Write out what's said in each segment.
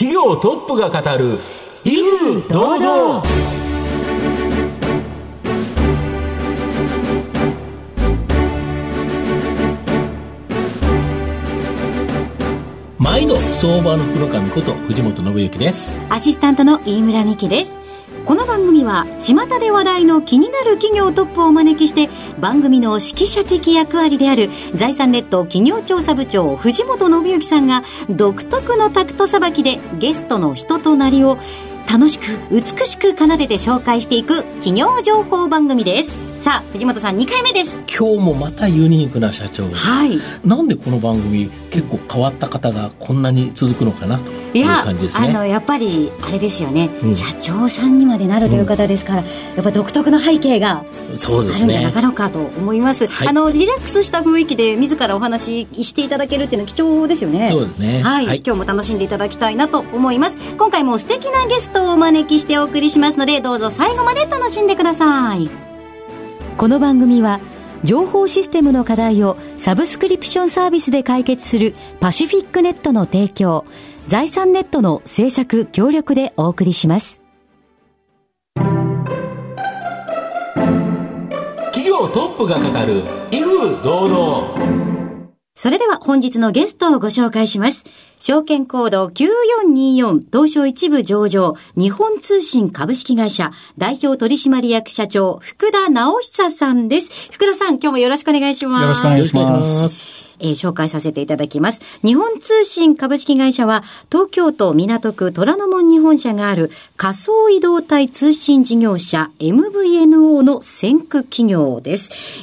企業トップが語る威風堂々。毎度相場の黒神こと藤本信之です。 アシスタントの飯村美希です。この番組は巷で話題の気になる企業トップをお招きして、番組の指揮者的役割である財産ネット企業調査部長藤本信之さんが独特のタクトさばきでゲストの人となりを楽しく美しく奏でて紹介していく企業情報番組です。さあ藤本さん、2回目です。 今日もまたユニークな社長、 はい、 なんでこの番組結構変わった方がこんなに続くのかなという感じですね。 やっぱりあれですよね、社長さんにまでなるという方ですから、やっぱ独特の背景があるんじゃなかろうかと思います。 はい、 リラックスした雰囲気で自らお話ししていただけるっていうのは貴重ですよね。 そうですね、 はいはい、今日も楽しんでいただきたいなと思います。今回も素敵なゲストをお招きしてお送りしますので、どうぞ最後まで楽しんでください。この番組は情報システムの課題をサブスクリプションサービスで解決するパシフィックネットの提供、財産ネットの制作協力でお送りします。 企業トップが語る威風堂々。 それでは本日のゲストをご紹介します。証券コード9424東証一部上場日本通信株式会社代表取締役社長福田直久さんです。福田さん、今日もよろしくお願いします。 よろしくお願いします。 紹介させていただきます。日本通信株式会社は東京都港区虎ノ門に本社がある仮想移動体通信事業者 MVNO の先駆企業です。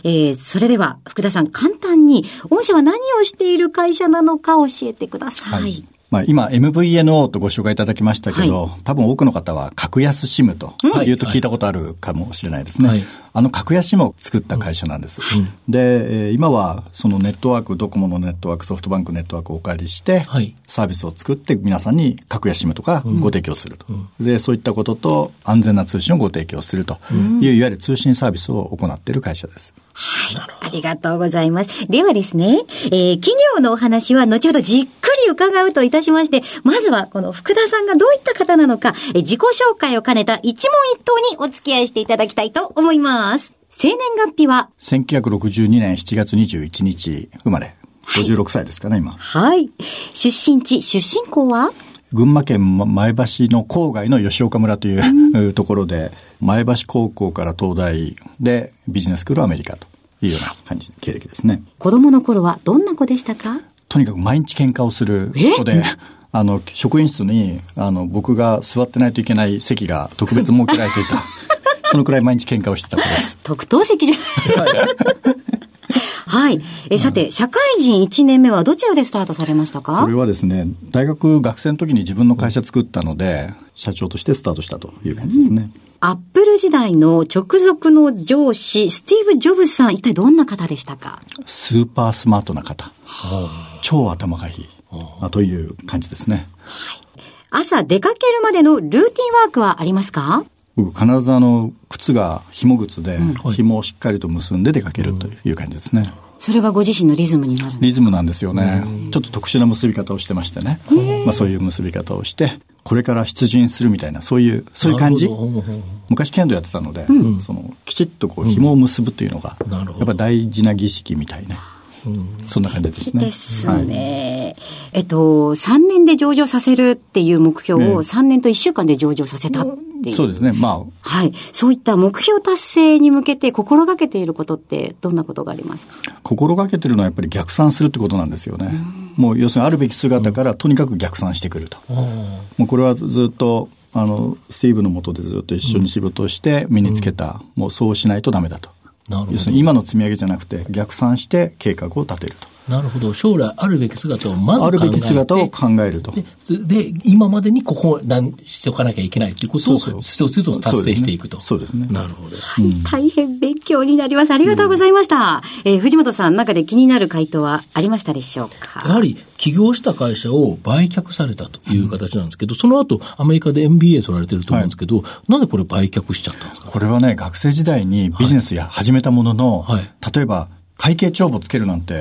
それでは福田さん、簡単に御社は何をしている会社なのか教えてください。 はい、今 MVNO とご紹介いただきましたけど、はい、多分多くの方は格安シムというと聞いたことあるかもしれないですね。はい、格安シムを作った会社なんです。で、今はそのネットワーク、ドコモのネットワーク、ソフトバンクネットワークをお借りして、はい、サービスを作って皆さんに格安シムとかご提供すると。で、そういったことと安全な通信をご提供するという、いわゆる通信サービスを行っている会社です。 はい、ありがとうございます。ではですね、企業のお話は後ほどじっくり伺うといたしまして、まずはこの福田さんがどういった方なのか、自己紹介を兼ねた一問一答にお付き合いしていただきたいと思います。生年月日は 1962年7月21日生まれ、56歳ですかね、今。 はい。出身地、出身校は群馬県前橋の郊外の吉岡村というところで、前橋高校から東大でビジネススクールアメリカというような感じの経歴ですね。 子供の頃はどんな子でしたか？ とにかく毎日喧嘩をする子で、職員室に僕が座ってないといけない席が特別設けられていたそのくらい毎日喧嘩をしてた子です。 特等席じゃないはい。さて、社会人1年目はどちらでスタートされましたか？ これはですね、大学学生の時に自分の会社作ったので、社長としてスタートしたという感じですね。 アップル時代の直属の上司、スティーブ・ジョブズさん、一体どんな方でしたか？ スーパースマートな方。超頭がいい。という感じですね。 はい。朝出かけるまでのルーティンワークはありますか？ 僕必ず靴が紐靴で、紐をしっかりと結んで出かけるという感じですね。 それがご自身のリズムになるんですか？ リズムなんですよね。ちょっと特殊な結び方をしてましてね。そういう結び方をして、これから出陣するみたいな、そういう感じ。昔剣道やってたので、きちっと紐を結ぶというのが、やっぱ大事な儀式みたいな。そんな感じですね。 ですね。はい、3年で上場させるっていう目標を3年と1週間で上場させたっていう。 そうですね。 はい。そういった目標達成に向けて心がけていることってどんなことがありますか？ 心がけているのはやっぱり逆算するってことなんですよね。もう要するにあるべき姿からとにかく逆算してくると。もうこれはずっとスティーブの下でずっと一緒に仕事をして身につけた、もうそうしないとダメだと。要するに今の積み上げじゃなくて逆算して計画を立てると。 なるほど。将来あるべき姿をまず考えて、 あるべき姿を考えると。 で今までにここをしておかなきゃいけないということを一つ一つ達成していくと。 そうですね。 なるほど。 大変勉強になります。ありがとうございました。藤本さん、中で気になる回答はありましたでしょうか？ やはり起業した会社を売却されたという形なんですけど、その後アメリカで MBA 取られてると思うんですけど、なぜこれ売却しちゃったんですか？ これはね、学生時代にビジネス始めたものの、例えば会計帳簿つけるなんて、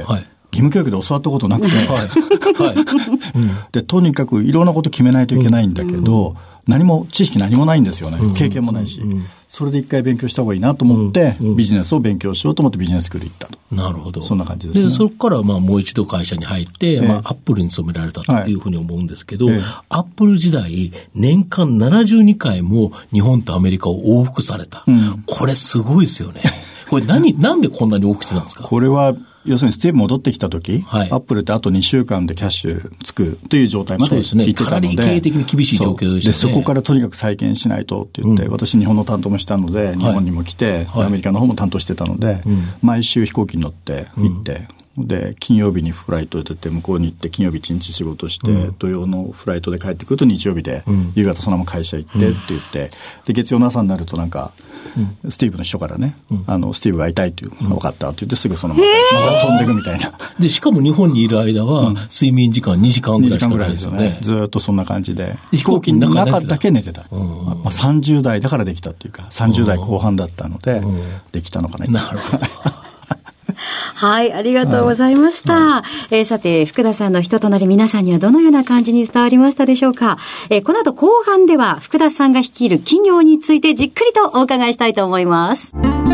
義務教育で教わったことなくて、 はいでとにかくいろんなこと決めないといけないんだけど、知識何もないんですよね。経験もないし。それで一回勉強した方がいいなと思って、ビジネスを勉強しようと思ってビジネススクール行ったと。 なるほど。 そんな感じですね。 で、そこからもう一度会社に入って、アップルに勤められたというふうに思うんですけど、アップル時代、年間72回も日本とアメリカを往復された。これすごいですよね。これなんでこんなに往復してたんですか？ これは、要するにスティーブ戻ってきたとき、 はい、 アップルってあと2週間でキャッシュつくという状態まで行ってたので、 かなり経営的に厳しい状況でしたね。 そこからとにかく再建しないとって言って、私日本の担当もしたので、日本にも来て、アメリカの方も担当してたので、毎週飛行機に乗って行って、で金曜日にフライトで出て向こうに行って金曜日1日仕事して、土曜のフライトで帰ってくると日曜日で、夕方そのまま会社行ってって言って、で月曜の朝になるとなんかスティーブの秘書からね、スティーブが会いたいっていう、分かったって言ってすぐそのまま飛んでいくみたいな。 でしかも日本にいる間は睡眠時間2時間ぐらいしかないですよね。 ずっとそんな感じで飛行機の中だけ寝てた。30代だからできたっていうか、30代後半だったのでできたのかな。 なるほど。 はい、ありがとうございました。さて、福田さんの人となり、皆さんにはどのような感じに伝わりましたでしょうか。この後後半では、福田さんが率いる企業についてじっくりとお伺いしたいと思います。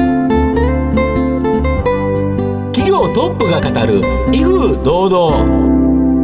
企業トップが語る威風堂々。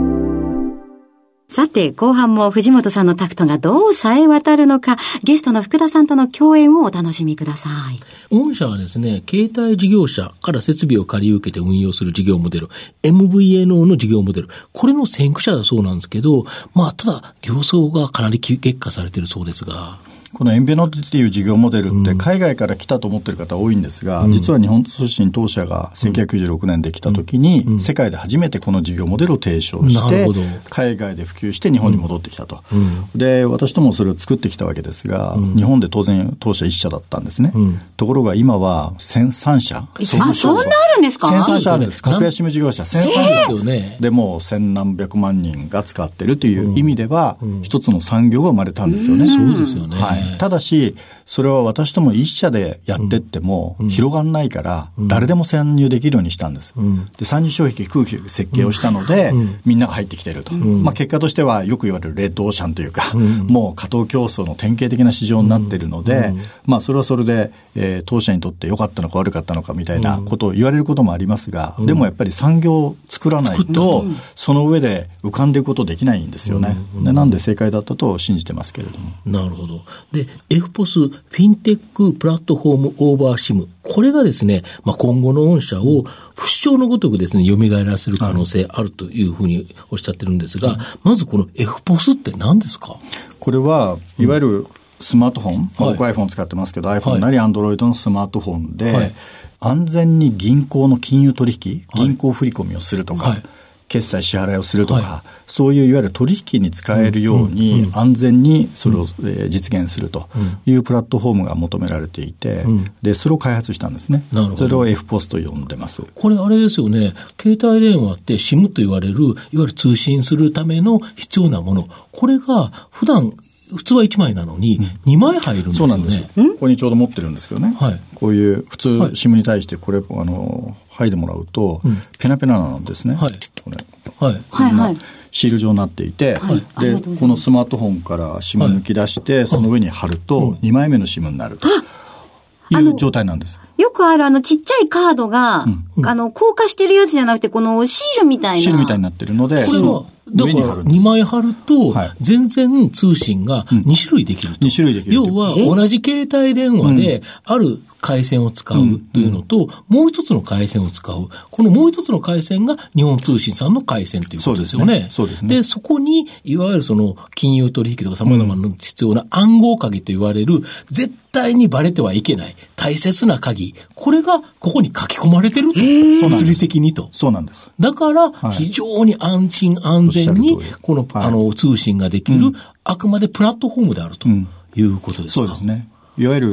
さて、後半も藤本さんのタクトがどう冴え渡るのか、ゲストの福田さんとの共演をお楽しみください。 御社はですね、携帯事業者から設備を借り受けて運用する事業モデル、MVNO の事業モデル、これの先駆者だそうなんですけど、ただ、業績がかなり激化されているそうですが、 このエンベノっていう事業モデルって海外から来たと思ってる方多いんですが、実は日本通信当社が1996年できた時に、世界で初めてこの事業モデルを提唱して、海外で普及して日本に戻ってきたと。で、私どもそれを作ってきたわけですが、日本で当然当社1社だったんですね。ところが今は1003社。 そんなあるんですか ？1003社あるんです。格安 SIM 事業者1003社ですよね。 でもう千何百万人が使ってるという意味では、一つの産業が生まれたんですよね。 そうですよね。 はい。ただし、それは私ども一社でやってっても広がんないから、誰でも参入できるようにしたんです。で、参入障壁空気設計をしたので、みんなが入ってきていると。結果としてはよく言われるレッドオーシャンというか、もう過当競争の典型的な市場になっているので、それはそれで、当社にとって良かったのか悪かったのかみたいなことを言われることもありますが、でもやっぱり産業を作らないと、その上で浮かんでいくことできないんですよね。なんで正解だったと信じてますけれども。 なるほど。で、FPOS、フィンテックプラットフォームオーバーシム。これがですね、今後の御社を不死鳥のごとくですね、蘇らせる可能性あるというふうにおっしゃってるんですが、まずこの FPOS って何ですか？ これはいわゆるスマートフォン、僕 iPhone 使ってますけど、iPhone なり Android のスマートフォンで、安全に銀行の金融取引、銀行振込をするとか、決済支払いをするとか、そういういわゆる取引に使えるように安全にそれを実現するというプラットフォームが求められていて、でそれを開発したんですね。それを FPOS と呼んでます。 これあれですよね、携帯電話って SIM と言われるいわゆる通信するための必要なもの、これが普段普通は1枚なのに2枚入るんですよね。 そうなんです。ここにちょうど持ってるんですけどね、こういう普通 SIM に対してこれ剥いでもらうと、ペナペナなんですね。これシール状になっていて、でこのスマートフォンから SIM 抜き出して、その上に貼ると2枚目の SIM になるという状態なんです。 よくあるちっちゃいカードが、硬化してるやつじゃなくて、このシールみたいな。 シールみたいになってるので、 これはだから2枚貼ると全然通信が2種類できると。 2種類できる。 要は同じ携帯電話である回線を使うというのと、もう一つの回線を使う。このもう一つの回線が日本通信さんの回線ということですよね。 そうですね。 で、そこにいわゆるその金融取引とか様々な必要な暗号鍵と言われる、絶対にバレてはいけない大切な鍵、これがここに書き込まれてると。物理的にと。 そうなんです。 だから非常に安心安全にこの通信ができる、あくまでプラットフォームであるということですか。 そうですね。いわゆる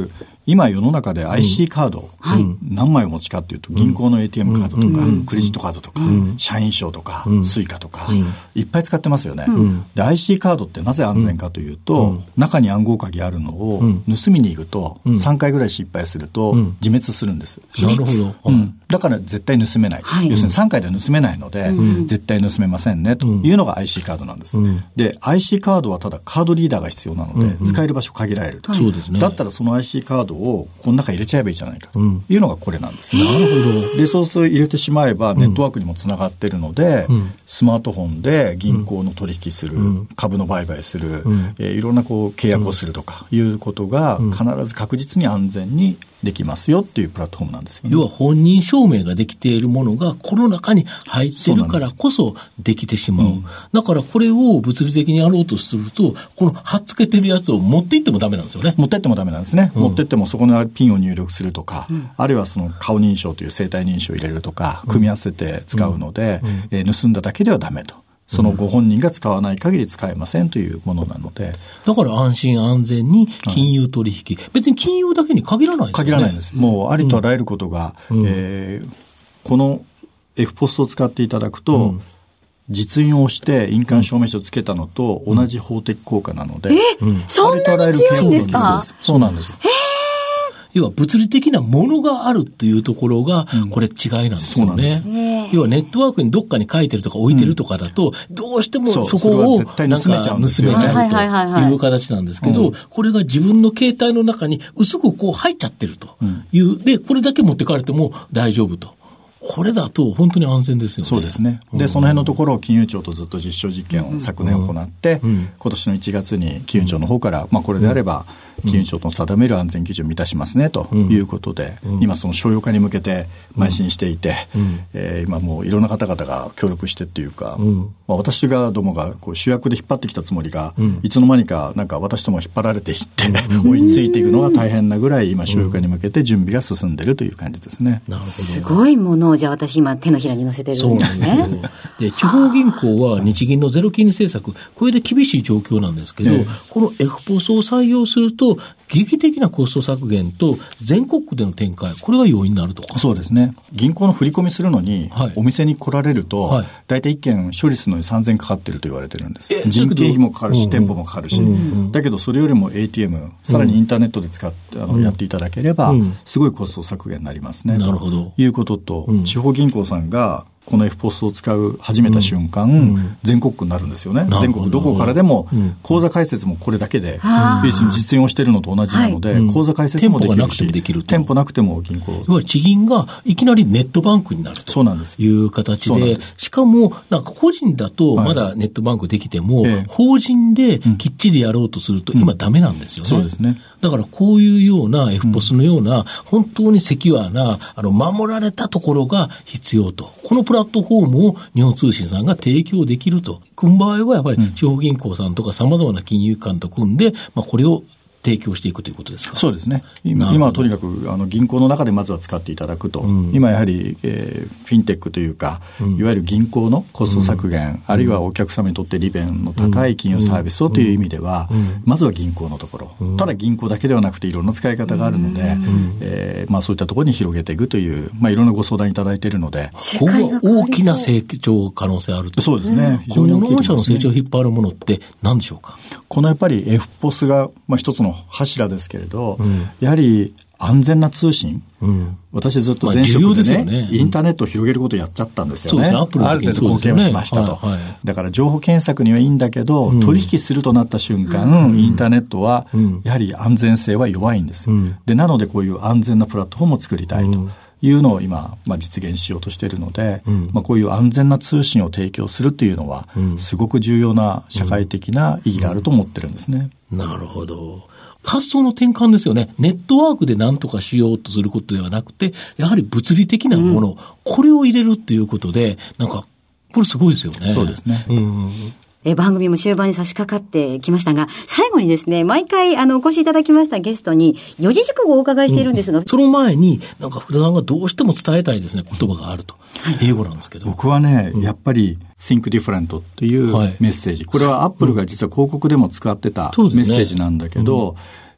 今世の中で IC カード、何枚お持ちかっていうと、銀行の ATM カードとか、クレジットカードとか、社員証とか、スイカとか、いっぱい使ってますよね。で IC カードってなぜ安全かというと、中に暗号鍵あるのを盗みに行くと、3回ぐらい失敗すると自滅するんです。 なるほど。 だから絶対盗めない。要するに3回では盗めないので、絶対盗めませんねというのが IC カードなんです。で IC カードはただカードリーダーが必要なので、使える場所限られると。だったらその IC カードをこの中入れちゃえばいいじゃないかというのがこれなんです。 なるほど。 でそうすると入れてしまえばネットワークにもつながっているので、スマートフォンで銀行の取引する、株の売買する、いろんな契約をするとかいうことが必ず確実に安全にできますよっていうプラットフォームなんですよね。 要は本人証明ができているものがこの中に入っているからこそできてしまう。だからこれを物理的にやろうとすると、この貼っつけてるやつを持っていってもダメなんですよね。 持っていってもダメなんですね。持っていってもそこのピンを入力するとか、あるいはその顔認証という生体認証を入れるとか、組み合わせて使うので、盗んだだけではダメと。そのご本人が使わない限り使えませんというものなので。 だから安心安全に金融取引、別に金融だけに限らないですよね。 限らないんです。もうありとあらゆることが、この F ポストを使っていただくと、実印をして印鑑証明書をつけたのと同じ法的効果なので、 そんなに強いんですか？ そうなんです。 要は物理的なものがあるっていうところが、これ違いなんですよね。要はネットワークにどっかに書いてるとか置いてるとかだと、どうしてもそこをなんか盗めちゃうという形なんですけど、これが自分の携帯の中に薄く入っちゃってるという。で、これだけ持ってかれても大丈夫と。これだと本当に安全ですよね。 そうですね。で、その辺のところを金融庁とずっと実証実験を昨年行って、今年の1月に金融庁の方から、これであれば金融庁の定める安全基準を満たしますねということで、今その商用化に向けて邁進していて、今もういろんな方々が協力してっていうか、私がどもが主役で引っ張ってきたつもりが、いつの間にかなんか私とも引っ張られていって追いついていくのが大変なぐらい今商用化に向けて準備が進んでいるという感じですね。 なるほど。 すごいものをじゃあ私今手のひらに乗せてるんですね。 そうなんですよ。で、地方銀行は日銀のゼロ金利政策、これで厳しい状況なんですけど、この F ポスを採用すると劇的なコスト削減と全国区での展開、これが要因になるとか。 そうですね。銀行の振り込みするのに、お店に来られると、大体1件処理するのに3000かかってると言われてるんです。人件費もかかるし、店舗もかかるし、だけどそれよりも ATM、さらにインターネットで使ってやっていただければ、すごいコスト削減になりますね。 なるほど。 ということと、地方銀行さんがこの F ポストを始めた瞬間、全国区になるんですよね。全国どこからでも、口座開設もこれだけで、別に実印をしているのと同じなので、口座開設もできるし、店舗なくても銀行。 いわゆる地銀がいきなりネットバンクになるという形で、しかもなんか個人だとまだネットバンクできても、法人できっちりやろうとすると今ダメなんですよね。 そうですね。 だからこういうような F ポスのような本当にセキュアな守られたところが必要と。このプラットフォームを日本通信さんが提供できると。組む場合はやっぱり地方銀行さんとか様々な金融機関と組んで、これを提供していくということですか。 そうですね。今はとにかく銀行の中でまずは使っていただくと、今やはり、フィンテックというか、いわゆる銀行のコスト削減、あるいはお客様にとって利便の高い金融サービスをという意味では、まずは銀行のところ、ただ銀行だけではなくていろんな使い方があるので、そういったところに広げていくという、いろんなご相談いただいているので、 ここは大きな成長可能性あると。 そうですね。 非常に大きいと思いますね。この御社の成長を引っ張るものって何でしょうか。 このやっぱり F ポスが、一つの柱ですけれど、やはり安全な通信、私ずっと前職でね、インターネットを広げることをやっちゃったんですよね。ある程度貢献をしましたと。だから情報検索にはいいんだけど、取引するとなった瞬間、インターネットはやはり安全性は弱いんです。で、なのでこういう安全なプラットフォームを作りたいというのを今、実現しようとしているので、こういう安全な通信を提供するというのは、すごく重要な社会的な意義があると思ってるんですね。 なるほど。発想の転換ですよね。ネットワークで何とかしようとすることではなくて、やはり物理的なもの、これを入れるっていうことで、なんか、これすごいですよね。 そうですね。 番組も終盤に差し掛かってきましたが、最後にですね、毎回お越しいただきましたゲストに四字熟語をお伺いしているんですが、 その前になんか福田さんがどうしても伝えたいですね、言葉があると。英語なんですけど。 僕はね、やっぱりThink Different っていうメッセージ。これはアップルが実は広告でも使ってたメッセージなんだけど、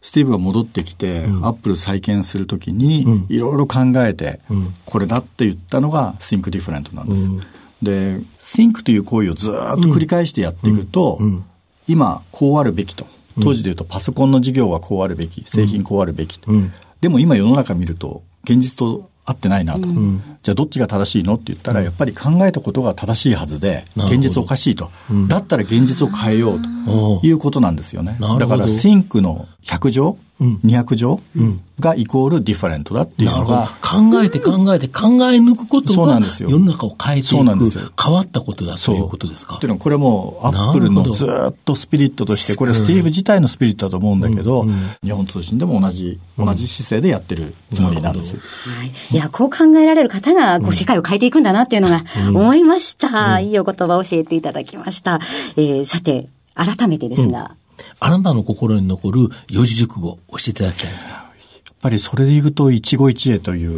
スティーブが戻ってきて、アップル再建するときにいろいろ考えて、これだって言ったのが Think Different なんです。で Think という行為をずっと繰り返してやっていくと、今こうあるべきと、当時でいうとパソコンの事業はこうあるべき、製品こうあるべきと、でも今世の中見ると現実と合ってないなと、じゃあどっちが正しいのって言ったら、やっぱり考えたことが正しいはずで現実おかしいと、だったら現実を変えようということなんですよね。だから Think の100乗、200乗がイコールディファレントだっていうのが、 考えて考えて考え抜くことが世の中を変えていく、変わったことだということですか。 っていうのはこれもアップルのずっとスピリットとして、これスティーブ自体のスピリットだと思うんだけど、日本通信でも同じ姿勢でやってるつもりなんです。 いや、こう考えられる方がこう世界を変えていくんだなっていうのが思いました。いいお言葉を教えていただきました。さて改めてですが、 あなたの心に残る四字熟語を教えていただきたいんですが、 やっぱりそれでいくと一期一会という、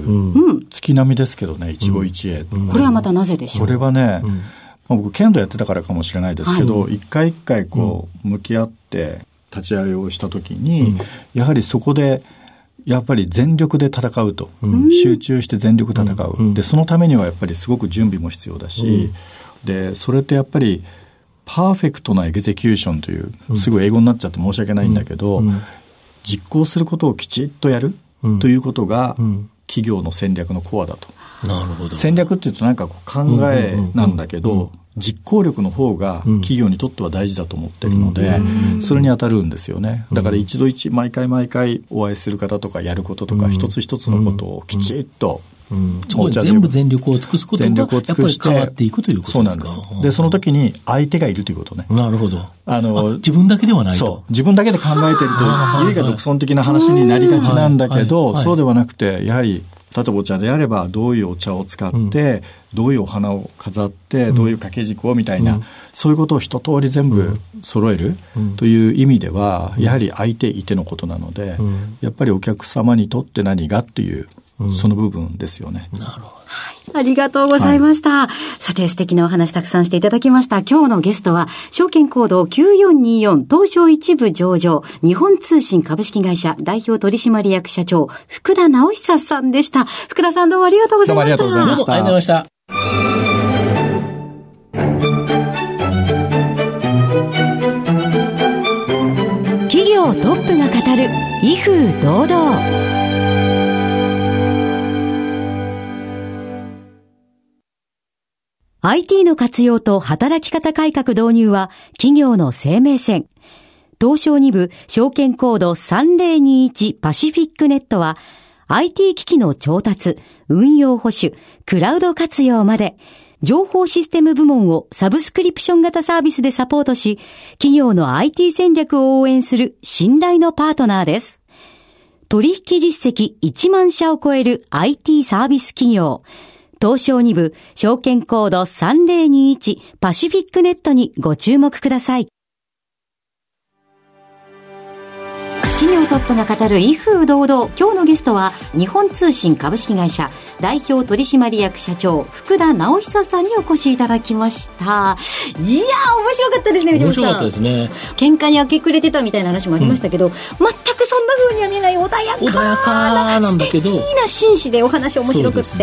月並みですけどね、一期一会、 これはまたなぜでしょう。 これはね、僕剣道やってたからかもしれないですけど、一回一回こう向き合って立ち上げをした時に、やはりそこでやっぱり全力で戦うと、集中して全力で戦う、でそのためにはやっぱりすごく準備も必要だし、でそれってやっぱりパーフェクトなエグゼキューションという、すぐ英語になっちゃって申し訳ないんだけど、実行することをきちっとやるということが、企業の戦略のコアだと。 なるほど。 戦略っていうとなんかこう考えなんだけど、実行力の方が企業にとっては大事だと思ってるので、それに当たるんですよね。だから一度毎回お会いする方とかやることとか、一つ一つのことをきちっと、 そこに全部全力を尽くすことがやっぱり変わっていくということですか。 そうなんです。でその時に相手がいるということね。 なるほど。自分だけではないと。 そう、自分だけで考えてると唯我独尊的な話になりがちなんだけど、そうではなくて、やはり例えばお茶であればどういうお茶を使って、どういうお花を飾って、どういう掛け軸をみたいな、そういうことを一通り全部揃えるという意味では、やはり相手いてのことなので、やっぱりお客様にとって何がっていう、その部分ですよね。 なるほど。 ありがとうございました。さて、素敵なお話たくさんしていただきました。今日のゲストは、証券コード9424東証一部上場、日本通信株式会社代表取締役社長、福田直久さんでした。福田さんどうもありがとうございました。 どうもありがとうございました。 企業トップが語る威風堂々。IT の活用と働き方改革導入は企業の生命線。東証2部証券コード3021パシフィックネットは IT 機器の調達、運用保守、クラウド活用まで情報システム部門をサブスクリプション型サービスでサポートし、企業の IT 戦略を応援する信頼のパートナーです。取引実績1万社を超える IT サービス企業。東証2部証券コード3021パシフィックネットにご注目ください。企業トップが語る威風堂々。今日のゲストは日本通信株式会社代表取締役社長福田直久さんにお越しいただきました。いやー面白かったですね。 面白かったですね。 喧嘩に明け暮れてたみたいな話もありましたけど、全くそんな風には見えない穏やかな素敵な紳士でお話面白くって、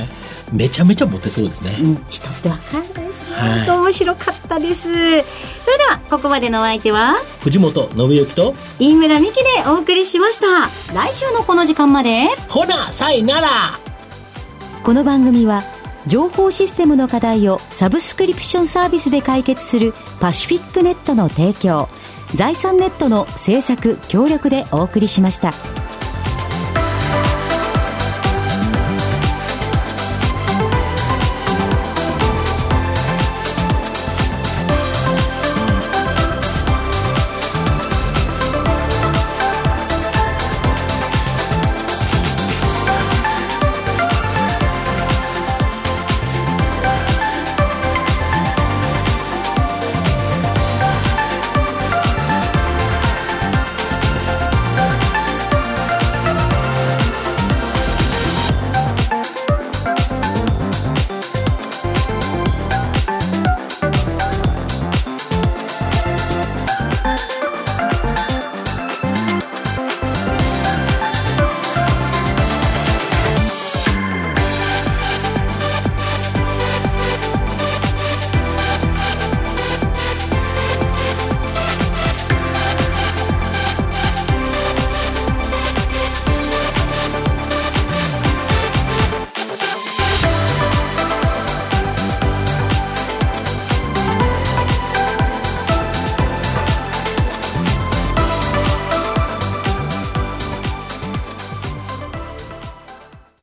めちゃめちゃモテそうですね。 人ってわかんないですね。本当面白かったです。それではここまでのお相手は藤本信之と飯村美希でお送りしました。来週のこの時間までほなさいなら。 この番組は情報システムの課題をサブスクリプションサービスで解決するパシフィックネットの提供、財産ネットの制作協力でお送りしました。